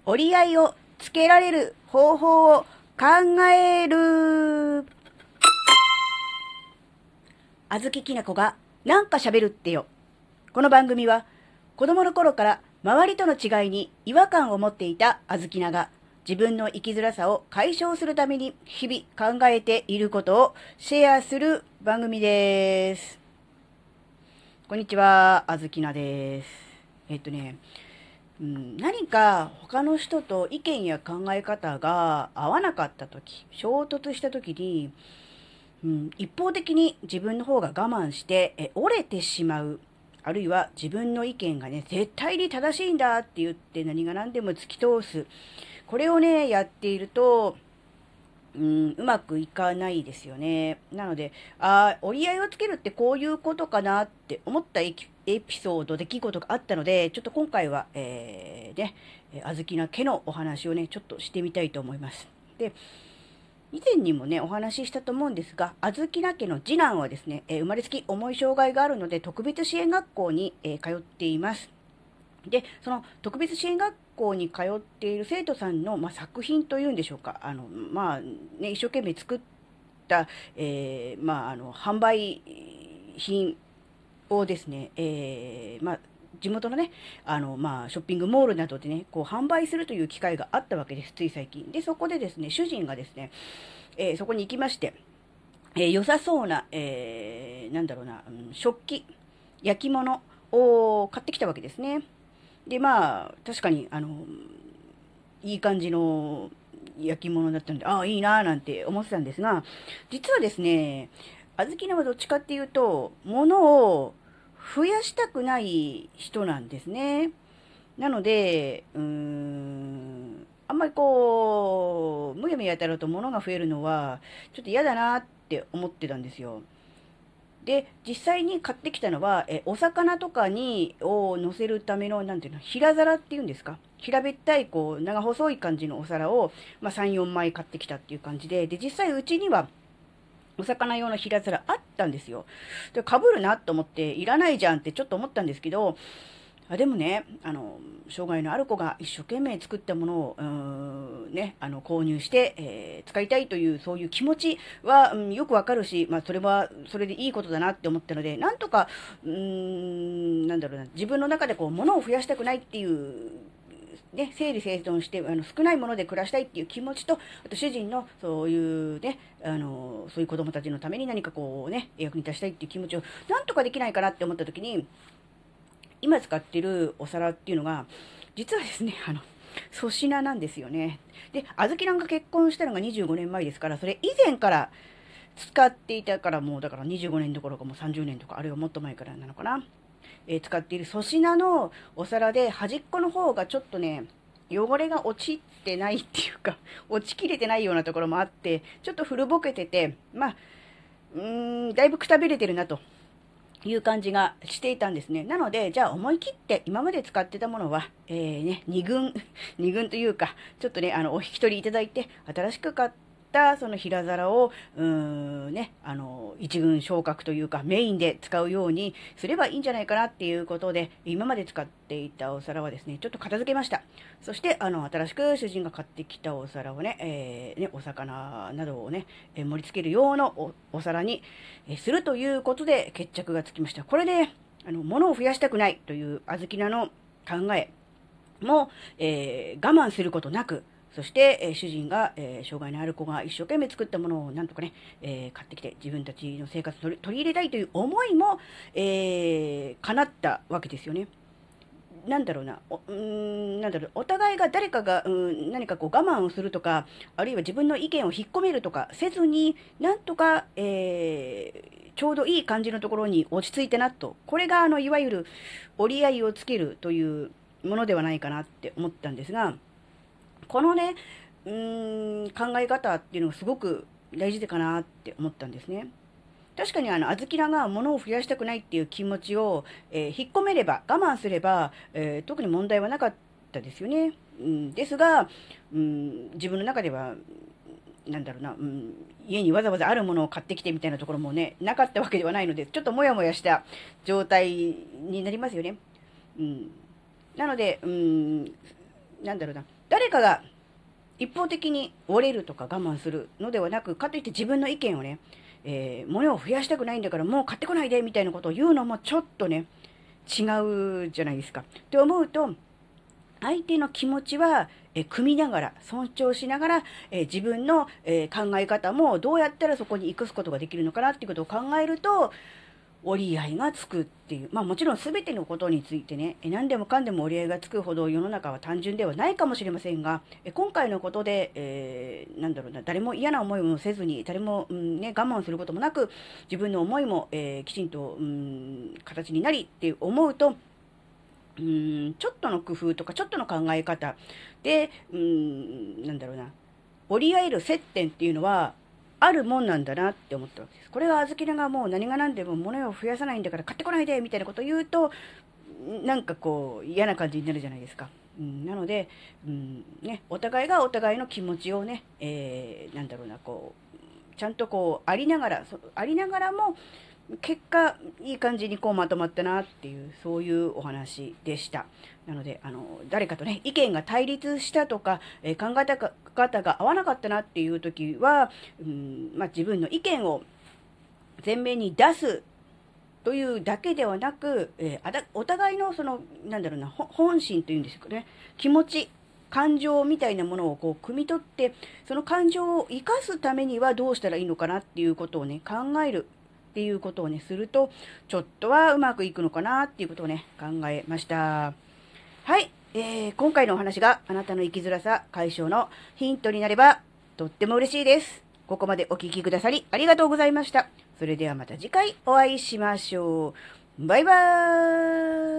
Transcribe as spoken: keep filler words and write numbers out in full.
折り合いをつけられる方法を考える。あずききなこがなんか喋るってよ。この番組は子供の頃から周りとの違いに違和感を持っていたあずきなが自分の生きづらさを解消するために日々考えていることをシェアする番組です。こんにちは、あずきなです。えっとね、うん、何か他の人と意見や考え方が合わなかったとき、衝突したときに、うん、一方的に自分の方が我慢してえ折れてしまう。あるいは自分の意見がね、絶対に正しいんだって言って何が何でも突き通す。これをね、やっていると、うん、うまくいかないですよね。なので、ああ、折り合いをつけるってこういうことかなって思ったエキエピソード、出来事があったので、ちょっと今回は、えー、ね、えーあずきな家のお話をね、ちょっとしてみたいと思います。で、以前にもね、お話ししたと思うんですが、あずきな家の次男はですね、えー生まれつき重い障害があるので、特別支援学校に、えー通っています。で、その特別支援学校に通っている生徒さんの、まあ、作品というんでしょうか、あの、まあ、ね、一生懸命作った、えーまあ、あの、販売品をですね、えーまあ、地元のね、あの、まあ、ショッピングモールなどでね、こう、販売するという機会があったわけです、つい最近。で、そこでですね、主人がですね、えーそこに行きまして、えー良さそうな、えーなんだろうな、うん食器、焼き物を買ってきたわけですね。で、まあ、確かに、あの、いい感じの焼き物だったので、ああ、いいなぁなんて思ってたんですが、実はですね、小豆菜はどっちかっていうと、物を増やしたくない人なんですね。なので、うーん、あんまりこう、むやみやたらと物が増えるのは、ちょっと嫌だなって思ってたんですよ。で、実際に買ってきたのは、え、お魚とかに、を乗せるための、なんていうの、平皿っていうんですか。平べったい、こう、長細い感じのお皿を、まあ、さん、よんまい買ってきたっていう感じで、で、実際うちには、お魚用の平皿あったんですよ。で、被るなと思って、いらないじゃんってちょっと思ったんですけど、あでもね、あの、障害のある子が一生懸命作ったものを、うーん、ね、あの、購入して、えー使いたいという、そういう気持ちは、うん、よくわかるし、まあ、それは、それでいいことだなって思ったので、なんとか、うーん、なんだろうな、自分の中でこう、物を増やしたくないっていう、ね、整理整頓して、あの、少ないもので暮らしたいっていう気持ちと、あと主人の、そういうね、あの、そういう子供たちのために何かこうね、役に立ちたいっていう気持ちを、なんとかできないかなって思った時に、今使ってるお皿っていうのが、実はですね、あの、粗品なんですよね。で、あずきらんが結婚したのがにじゅうごねんまえですから、それ以前から使っていたからもう、だからにじゅうごねんどころかもうさんじゅうねんとか、あるいはもっと前からなのかな。えー使っている粗品のお皿で、端っこの方がちょっとね、汚れが落ちてないっていうか、落ちきれてないようなところもあって、ちょっと古ぼけてて、まあ、うーん、だいぶくたびれてるなという感じがしていたんですね。なので、じゃあ思い切って今まで使ってたものは、えーね、二軍、二軍というか、ちょっとね、あの、お引き取りいただいて、新しく買ったその平皿を、うーん、ね、あの、一軍昇格というか、メインで使うようにすればいいんじゃないかなっていうことで、今まで使っていたお皿はですね、ちょっと片付けました。そして、あの、新しく主人が買ってきたお皿をね、えーね、お魚などをね、えー盛り付ける用のおお皿に、えーするということで決着がつきました。これで、あの、物を増やしたくないという小豆菜の考えも、えー我慢することなく、そして、えー主人が、えー障害のある子が一生懸命作ったものをなんとかね、えー買ってきて自分たちの生活に取り取り入れたいという思いも、えー叶ったわけですよね。なんだろうな、お、うーん、なんだろう、お互いが誰かが、うん、何かこう我慢をするとか、あるいは自分の意見を引っ込めるとかせずに、なんとか、えーちょうどいい感じのところに落ち着いたなと。これが、あの、いわゆる折り合いをつけるというものではないかなって思ったんですが、このね、うーん、考え方っていうのがすごく大事かなって思ったんですね。確かにあの、小豆菜が物を増やしたくないっていう気持ちを、えー引っ込めれば、我慢すれば、えー特に問題はなかったですよね。うん、ですが、うん、自分の中では、なんだろうな、うん、家にわざわざあるものを買ってきてみたいなところもね、なかったわけではないので、ちょっともやもやした状態になりますよね。うん。なので、うん、なんだろうな。 誰かが一方的に折れるとか我慢するのではなく、かといって自分の意見をね、えー、物を増やしたくないんだからもう買ってこないでみたいなことを言うのもちょっとね、違うじゃないですか。って思うと、相手の気持ちは、えー、汲みながら、尊重しながら、えー、自分の、えー、考え方もどうやったらそこに生かすことができるのかなっていうことを考えると、折り合いがつくっていう。まあもちろん全てのことについてね、何でもかんでも折り合いがつくほど世の中は単純ではないかもしれませんが、今回のことで、えー、なんだろうな、誰も嫌な思いもせずに、誰も、うんね、我慢することもなく、自分の思いも、えー、きちんと、うん、形になりって思うと、うん、ちょっとの工夫とか、ちょっとの考え方で、うん、なんだろうな、折り合える接点っていうのは、あるもんなんだなって思ったわけです。これはあずきながもう何が何でも物を増やさないんだから買ってこないでみたいなことを言うと、なんかこう嫌な感じになるじゃないですか。うん、なので、うんね、お互いがお互いの気持ちをね、えー、なんだろうな、こう、ちゃんとこう、ありながら、ありながらも、結果、いい感じにこうまとまったなっていう、そういうお話でした。なので、あの、誰かとね、意見が対立したとか、えー、考え方が合わなかったなっていう時は、うん、まあ、自分の意見を前面に出すというだけではなく、えー、お互いのその、なんだろうな、本心というんですかね、気持ち、感情みたいなものをこう、汲み取って、その感情を生かすためにはどうしたらいいのかなっていうことをね、考える。っていうことをね、すると、ちょっとはうまくいくのかなっていうことをね、考えました。はい。えー、今回のお話があなたの生きづらさ解消のヒントになれば、とっても嬉しいです。ここまでお聞きくださりありがとうございました。それではまた次回お会いしましょう。バイバーイ。